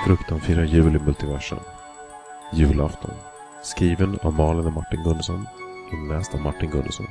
Fruktan firar jul i multiversum. Julafton. Skriven av Malin och Martin Gunnarsson. Inläst av Martin Gunnarsson.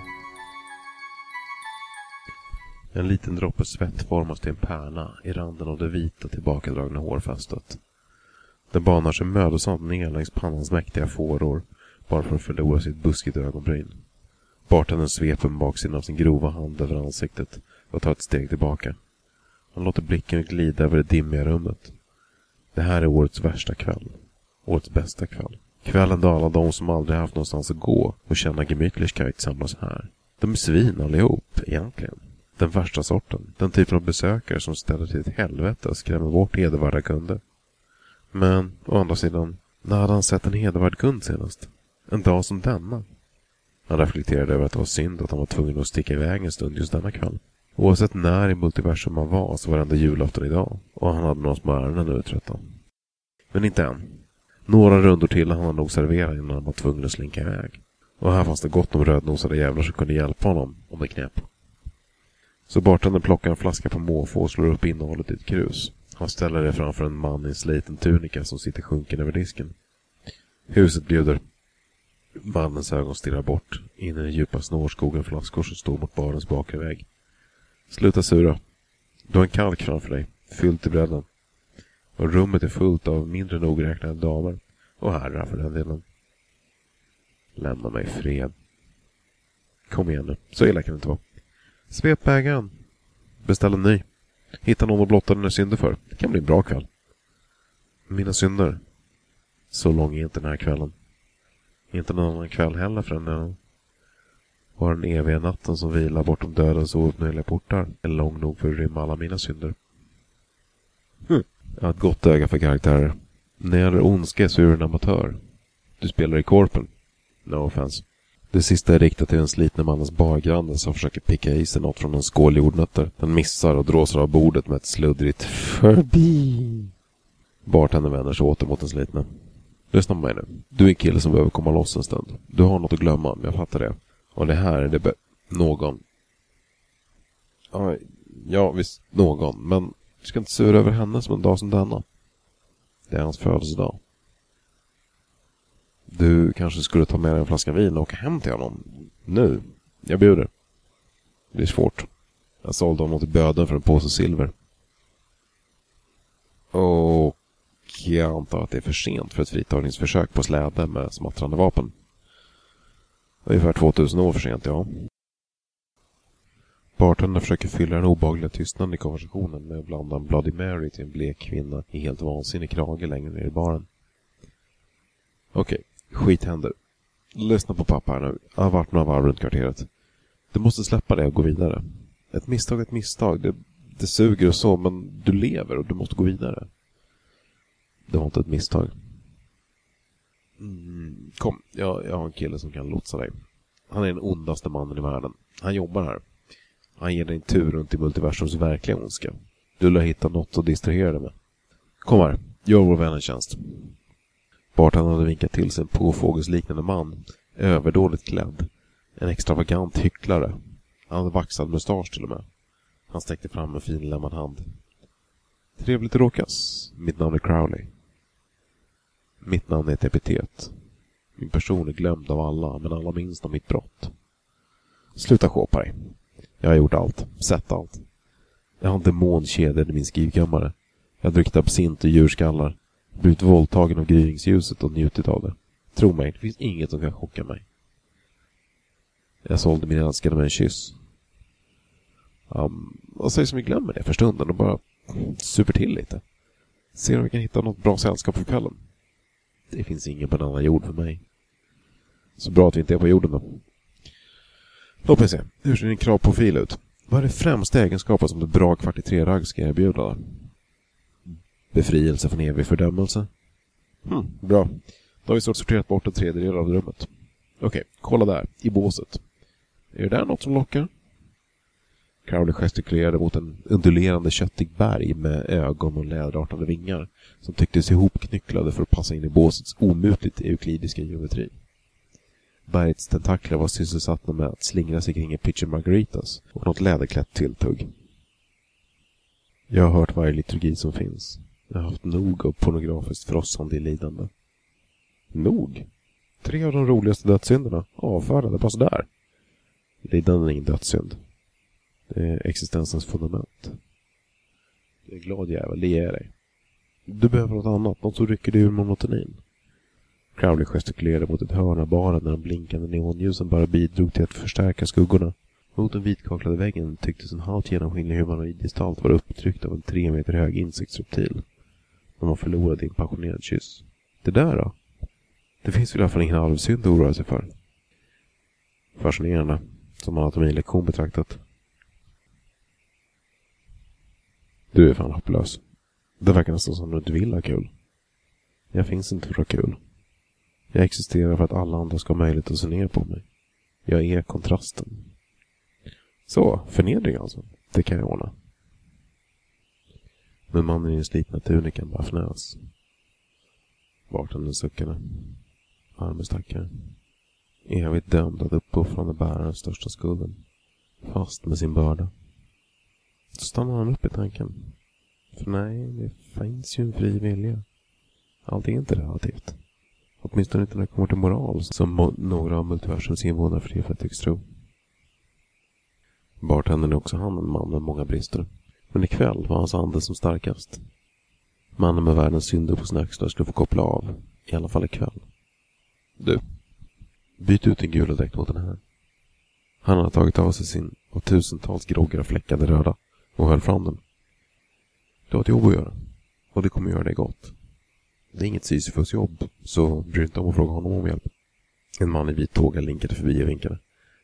En liten droppe svett formas till en pärna i randen av det vita tillbakadragna hårfästet. Den banar sig mödosamt ner längs pannans mäktiga fåror bara för att förlora sitt buskigt ögonbryn. Bartendern sveper med baksidan av sin grova hand över ansiktet och tar ett steg tillbaka. Han låter blicken glida över det dimmiga rummet. Det här är årets värsta kväll. Årets bästa kväll. Kvällen då alla de som aldrig haft någonstans att gå och känna Gemütlichkeit samlas här. De är svin allihop, egentligen. Den värsta sorten. Den typen av besökare som ställer till ett helvete och skrämmer bort hedervärda kunder. Men, å andra sidan, när hade han sett en hedervärd kund senast? En dag som denna. Han reflekterade över att det var synd att han var tvungen att sticka iväg en stund just denna kväll. Oavsett när i multiversum han var så var det ändå julafton idag. Och han hade några små ärenden att uträtta. Men inte än. Några rundor till han nog servera innan han var tvungen att slinka iväg. Och här fanns det gott om rödnosade jävlar som kunde hjälpa honom om det knäpp. Så bartendern plockar en flaska på måfå och slår upp innehållet i ett krus. Han ställer det framför en man i en sliten tunika som sitter sjunken över disken. Huset bjuder. Mannens ögon stirrar bort in i den djupa snårskogen flaskor som står mot barens bakre vägg. Sluta sura. Du har en kalk framför dig, fyllt i bredden. Och rummet är fullt av mindre nogräknade damer. Och herrar för den delen. Lämna mig fred. Kom igen nu, så illa kan det inte vara. Svep bägaren. Beställ en ny. Hitta någon att blotta dina synder för. Det kan bli en bra kväll. Mina synder. Så lång är inte den här kvällen. Inte någon annan kväll heller för den. Var den eviga natten som vilar bortom dödens ouppnöjliga portar är lång nog för att rymma alla mina synder. Jag har ett gott öga för karaktärer. När jag är ondska så är du en amatör. Du spelar i korpen. No offense. Det sista är riktat till den slitna mannens bargranne som försöker picka i sig något från en skål jordnötter. Den missar och dråsar av bordet med ett sluddrigt förbi. Bartendern vänder sig åter mot den slitna. Lyssna på mig nu. Du är en kille som behöver komma loss en stund. Du har något att glömma, men jag fattar det. Och det här är det någon. Ja, visst någon. Men du ska inte sura över henne som en dag som denna. Det är hans födelsedag. Du kanske skulle ta med dig en flaska vin och åka hem till honom. Nu. Jag bjuder. Det är svårt. Jag sålde honom till böden för en påse silver. Och jag antar att det är för sent för ett fritagningsförsök på släde med smattrande vapen. Ungefär 2000 år för sent, ja. Bartendern försöker fylla den obehagliga tystnaden i konversationen med att blanda en Bloody Mary till en blek kvinna i helt vansinnig krage längre ner i baren. Okej, skit händer. Lyssna på pappa här nu. Jag har varit några varv runt kvarteret. Du måste släppa det och gå vidare. Ett misstag är ett misstag. Det suger och så, men du lever och du måste gå vidare. Det var inte ett misstag. Kom, jag har en kille som kan lotsa dig. Han är den ondaste mannen i världen. Han jobbar här. Han ger dig en tur runt i multiversums verkliga ondska. Du lär hitta något att distrahera dig med. Kom här, gör vår vän en tjänst. Bartendern hade vinkat till sig en påfågelsliknande man. Överdåligt klädd. En extravagant hycklare. Han hade vaxad mustasch till och med. Han sträckte fram en finlämmad hand. Trevligt att råkas. Mitt namn är Crowley. Mitt namn är ett epitet. Min person är glömd av alla, men alla minns om mitt brott. Sluta skåpa dig. Jag har gjort allt. Sett allt. Jag har en demonkedjad i min skrivkammare. Jag har druckit absint och djurskallar. Blivit våldtagen av gryningsljuset och njutit av det. Tro mig, det finns inget som kan chocka mig. Jag sålde min älskade med en kyss. Vad sägs om vi glömmer det för stunden och bara super till lite? Se om vi kan hitta något bra sällskap för kvällen. Det finns ingen på denna jord för mig. Så bra att vi inte är på jorden då. Låt mig se. Hur ser din kravprofil ut? Vad är det främsta egenskapen som det bra kvart i 3-ragg ska erbjuda? Befrielse från evig fördömelse. Bra. Då har vi sorterat bort en tredjedel av rummet. Okej, kolla där. I båset. Är det där något som lockar? Crowley gestikulerade mot en undulerande köttig berg med ögon och läderartade vingar som tycktes ihopknycklade för att passa in i båsets omutligt euklidiska geometri. Bergets tentakler var sysselsatta med att slingra sig kring en pitcher margaritas och något läderklätt tilltugg. Jag har hört varje liturgi som finns. Jag har haft nog av pornografiskt frossande i lidande. Nog? 3 av de roligaste dödssynderna avfärdade bara sådär. Lidande är ingen dödssynd. Det är existensens fundament. Du är glad jävel, det ger dig. Du behöver något annat, något som rycker dig ur monotonin. Crowley gestikulerade mot ett hörn av baren när de blinkande neonljusen bara bidrog till att förstärka skuggorna. Mot den vitkaklade väggen tycktes en halvt genomskinlig humanoidgestalt vara upptryckt av en 3 meter hög insektsreptil. De var förlorade i en passionerad kyss. Det där då? Det finns väl i alla fall ingen halvsynd att oroa sig för. Fascinerande, som anatomilektion betraktat. Du är fan hopplös. Det verkar nästan som du inte vill ha kul. Jag finns inte för att ha kul. Jag existerar för att alla andra ska ha möjlighet att se ner på mig. Jag är kontrasten. Så, förnedring alltså. Det kan jag ordna. Men mannen i den slitna tunikan bara fnös. Bartendern suckade. Arme stackare. Evigt dömd att uppoffrande bära den största skulden. Fast med sin börda. Så stannar han upp i tanken. För nej, det finns ju en fri vilja. Allt är inte relativt. Åtminstone inte när det kommer till moral, som några av multiversums invånare för tillfället tycks tro. Bartendern är också han en man med många brister. Men ikväll var hans ande som starkast. Mannen med världens synder på sina axlar skulle få koppla av. I alla fall ikväll. Du, byt ut din gula dräkt mot den här. Han hade tagit av sig sin och tusentals groggar fläckade röda och höll fram den. Du har ett jobb att göra. Och det kommer göra dig gott. Det är inget Sisyfos jobb, så bry inte om att fråga honom om hjälp. En man i vit tåga linkade förbi och vinkade.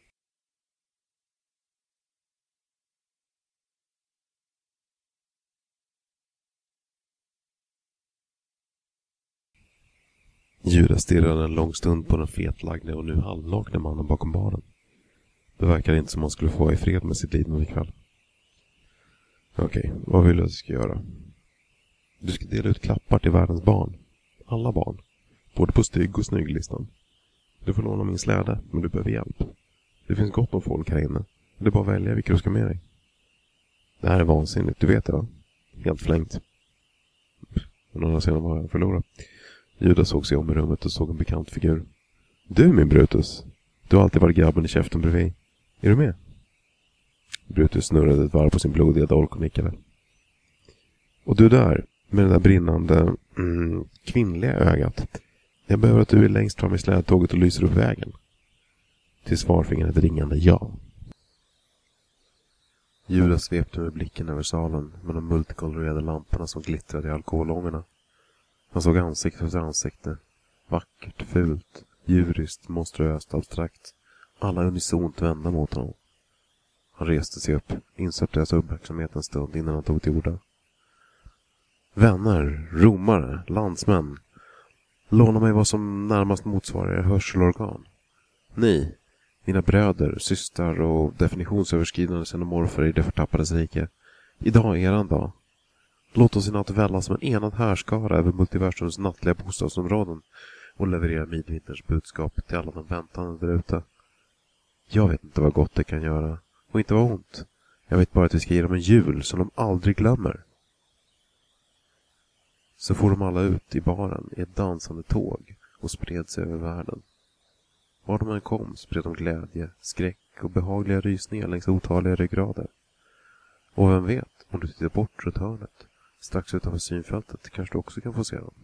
Judas stirrade en lång stund på den fetlagde och nu halvnakne mannen bakom baren. Det verkade inte som han skulle få i fred med sitt lidande ikväll. Okej, vad vill du att jag ska göra? Du ska dela ut klappar till världens barn. Alla barn. Både på stygg- och snygglistan. Du får låna min släde, men du behöver hjälp. Det finns gott om folk här inne. Det är bara att välja vilka du ska med dig. Det här är vansinnigt, du vet det va? Helt flängt. Men andra sidan var jag förlorad. Judas såg sig om i rummet och såg en bekant figur. Du min Brutus. Du har alltid varit grabben i käften bredvid. Är du med? Brutus snurrade ett varv på sin blodiga dolk och nickade. Och du där, med det där brinnande kvinnliga ögat. Jag behöver att du är längst fram i slädtåget och lyser upp vägen. Till svar fick han ett ringande ja. Judas svepte med blicken över salen med de multikolorerade lamporna som glittrade i alkoholångorna. Han såg ansikte efter ansikte. Vackert, fult, djuriskt, monstruöst, abstrakt. Alla unisont vända mot honom. Han reste sig upp, insöp deras uppmärksamhet en stund innan han tog till orda. Vänner, romare, landsmän. Låna mig vad som närmast motsvarar er hörselorgan. Ni, mina bröder, systrar och definitionsöverskridande xenomorfer i det förtappades rike. Idag är eran dag. Låt oss i natt välla som en enad härskara över multiversums nattliga bostadsområden och leverera midvinterns budskap till alla de väntande där ute. Jag vet inte vad gott det kan göra och inte vad ont. Jag vet bara att vi ska ge dem en jul som de aldrig glömmer. Så får de alla ut i baren i ett dansande tåg och spred sig över världen. Var de än kom spred de glädje, skräck och behagliga rysningar längs otaliga ryggrader. Och vem vet, om du tittar bort runt hörnet, strax utanför synfältet, kanske du också kan få se dem.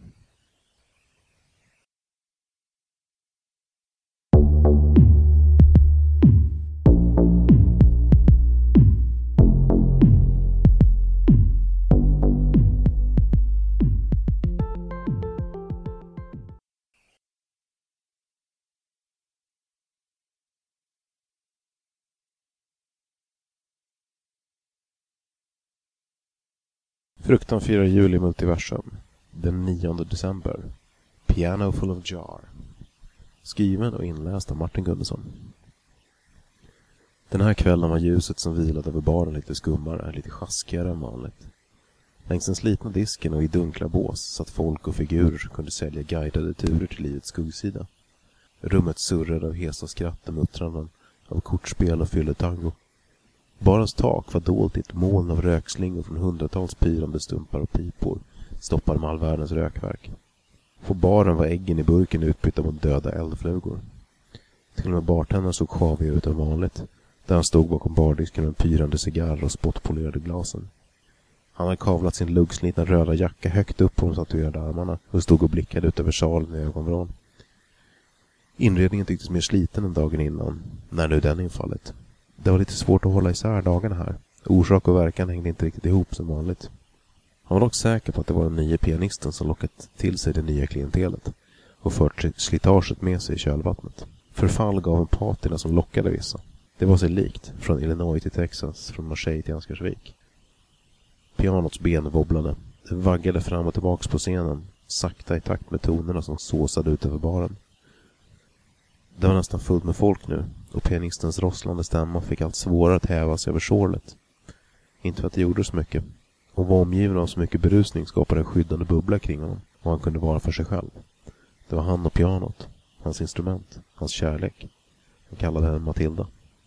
Fruktan firar jul i multiversum. Den 9 december. Piano full of jar. Skriven och inläst av Martin Gunnarsson. Den här kvällen var ljuset som vilade över baren lite skummare, lite sjaskigare än vanligt. Längs den slitna disken och i dunkla bås satt folk och figurer som kunde sälja guidade turer till livets skuggsida. Rummet surrade av hesa skratt och muttranden, av kortspel och fylletango. Barens tak var dolt i ett moln av rökslingor från hundratals pyrande stumpar och pipor stoppade med all världens rökverk. På baren var äggen i burken utbytta mot döda eldflugor. Till och med bartendern såg sjavigare ut än vanligt, där han stod bakom bardisken med en pyrande cigarr och spottpolerade glasen. Han hade kavlat sin luggslitna röda jacka högt upp på de tatuerade armarna och stod och blickade ut över salen i ögonvrån. Inredningen tycktes mer sliten än dagen innan, när nu den infallit. Det var lite svårt att hålla isär dagarna här. Orsak och verkan hängde inte riktigt ihop som vanligt. Han var dock säker på att det var den nya pianisten som lockat till sig det nya klientelet och fört slitaget med sig i kölvattnet. Förfall gav en patina som lockade vissa. Det var sig likt, från Illinois till Texas, från Marseille till Anskarsvik. Pianots ben wobblade. Det vaggade fram och tillbaks på scenen, sakta i takt med tonerna som såsade ut över baren. Det var nästan fullt med folk nu, och pianistens rosslande stämma fick allt svårare att häva sig över sorlet. Inte för att det gjorde så mycket. Och var omgiven av så mycket berusning skapade en skyddande bubbla kring honom, och han kunde vara för sig själv. Det var han och pianot, hans instrument, hans kärlek. Han kallade henne Matilda.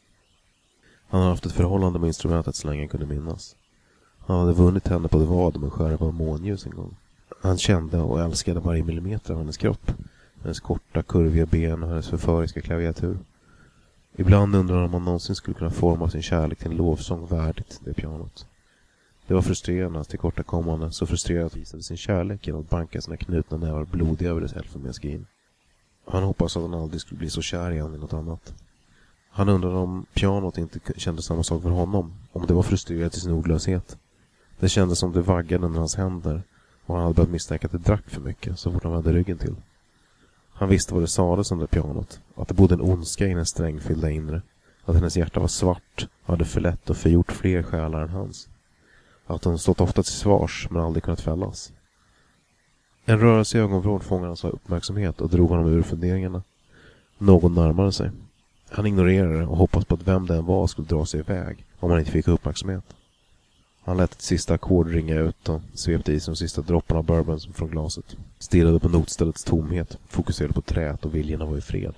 Han hade haft ett förhållande med instrumentet så länge han kunde minnas. Han hade vunnit henne på det vad med skärva och månljus en gång. Han kände och älskade varje millimeter av hennes kropp. Hennes korta, kurviga ben och hennes förföriska klaviatur. Ibland undrade han om han någonsin skulle kunna forma sin kärlek till en lovsång värdigt det pianot. Det var frustrerande att tillkortakommande så frustrerat att visade sin kärlek genom att banka sina knutna nävar blodiga över dess elfenbensskrin. Han hoppas att han aldrig skulle bli så kär igen i något annat. Han undrade om pianot inte kände samma sak för honom, om det var frustrerat i sin ordlöshet. Det kändes som det vaggade under hans händer, och han hade börjat misstänka att det drack för mycket så fort han vände ryggen till. Han visste vad det sades om det pianot, att det bodde en ondska i hennes strängfyllda inre, att hennes hjärta var svart och hade förlett och förgjort fler själar än hans. Att hon stått ofta till svars men aldrig kunnat fällas. En rörelse i ögonvrån fångade hans uppmärksamhet och drog honom ur funderingarna. Någon närmade sig. Han ignorerade det och hoppades på att vem det än var skulle dra sig iväg om han inte fick uppmärksamhet. Han lät ett sista ackord ringa ut och svepte i sig de sista dropparna av bourbon från glaset. Stirrade på notställets tomhet, fokuserade på träet och viljan att vara i fred.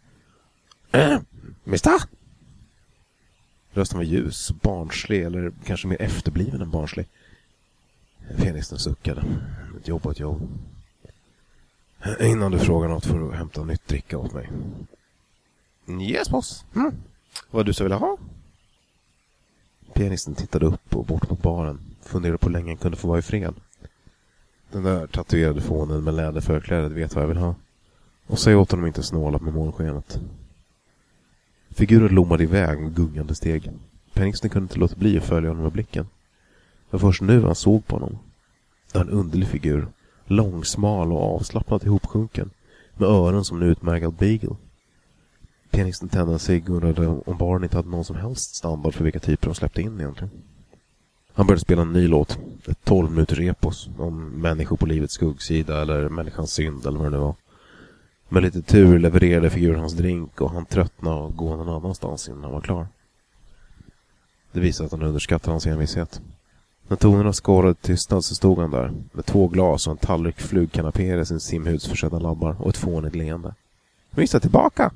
Mister? Rösten var ljus, barnslig eller kanske mer efterbliven än barnslig. Pianisten suckade. Ett jobb. Innan du frågar något får du hämta nytt dricka åt mig. Yes, boss. Vad du så vill ha? Pianisten tittade upp och bort mot baren. Funderade på hur länge han kunde få vara i fred. Den där tatuerade fånen med läderförklädet vet vad jag vill ha. Och säg åt honom inte snåla med månskenet. Figuren lommade iväg med gungande steg. Pianisten kunde inte låta bli att följa honom med blicken. Det var först nu han såg på honom. Det var en underlig figur. Lång, smal och avslappnat ihopsjunken. Med öron som en utmärgad beagle. Pianisten tände en cigg och undrade om baren inte hade någon som helst standard för vilka typer de släppte in egentligen. Han började spela en ny låt. Ett 12 minuters epos om människor på livets skuggsida eller människans synd eller vad det nu var. Med lite tur levererade figuren hans drink och han tröttnade och gå någon annanstans innan han var klar. Det visade att han underskattade hans envishet. När tonerna skårade tystnad så stod han där med 2 glas och en tallrik flugkanapé i sin simhudsförsedda labbar och ett fånigt leende. Visa tillbaka!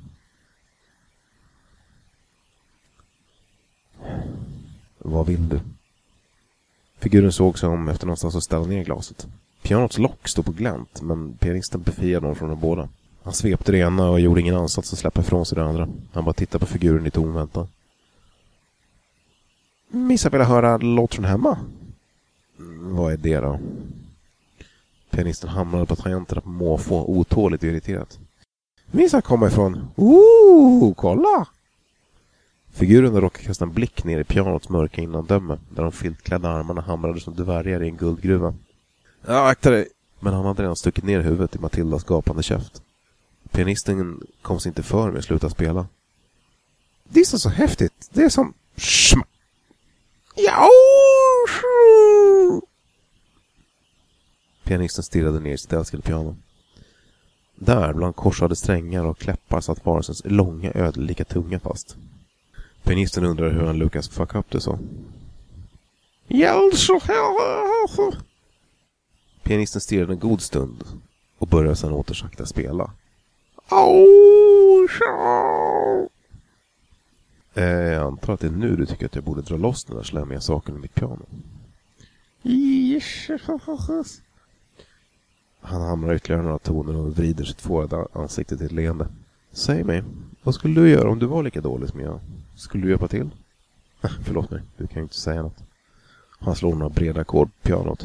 Vad vill du? Figuren såg sig om efter någonstans att ställa ner glaset. Pianots lock stod på glänt, men pianisten befriade honom från de båda. Han svepte det ena och gjorde ingen ansats att släppa ifrån sig det andra. Han bara tittade på figuren i tom väntan. Missa vill höra låt från hemma? Vad är det då? Pianisten hamnade på tangenterna på måfå, otåligt och irriterat. Missa kommer ifrån. Kolla! Figuren råkade kasta en blick ner i pianots mörka innandöme, där de filtklädda armarna hamrade som dvärgar i en guldgruva. Ja, akta dig! Men han hade redan stuckit ner huvudet i Matildas gapande käft. Pianisten kom sig inte för med att sluta spela. Det är så häftigt. Det är som... Ja! Pianisten stirrade ner i sitt älskade piano. Där, bland korsade strängar och kläppar satt varelsens långa ödelika tunga fast. Pianisten undrade hur han lyckas fuck up det så. Pianisten stirrade en god stund och började sedan åter sakta spela. Jag antar att det är nu du tycker att jag borde dra loss den där slämmiga saken i mitt piano. Han hamrar ytterligare några toner och vrider sitt fårade ansikte till ett leende. Säg mig, vad skulle du göra om du var lika dålig som jag? Skulle du hjälpa till? Förlåt mig, du kan ju inte säga något. Han slår några breda ackord på pianot.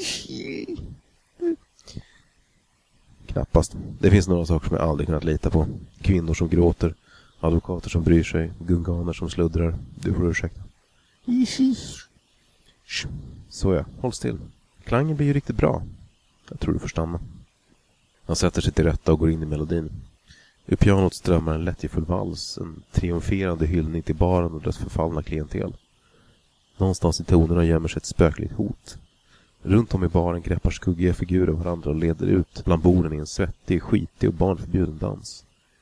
Knappast. Det finns några saker som jag aldrig kunnat lita på. Kvinnor som gråter, advokater som bryr sig, gunganer som sluddrar. Du får ursäkta. Så ja, håll still. Klangen blir ju riktigt bra. Jag tror du får stanna. Han sätter sig till rätta och går in i melodin. Ur pianot strömmar en lättjefull vals, en triumferande hyllning till baren och dess förfallna klientel. Någonstans i tonerna gömmer sig ett spökligt hot. Runt om i baren greppar skuggiga figurer varandra och leder ut bland borden i en svettig, skitig och barnförbjuden dans.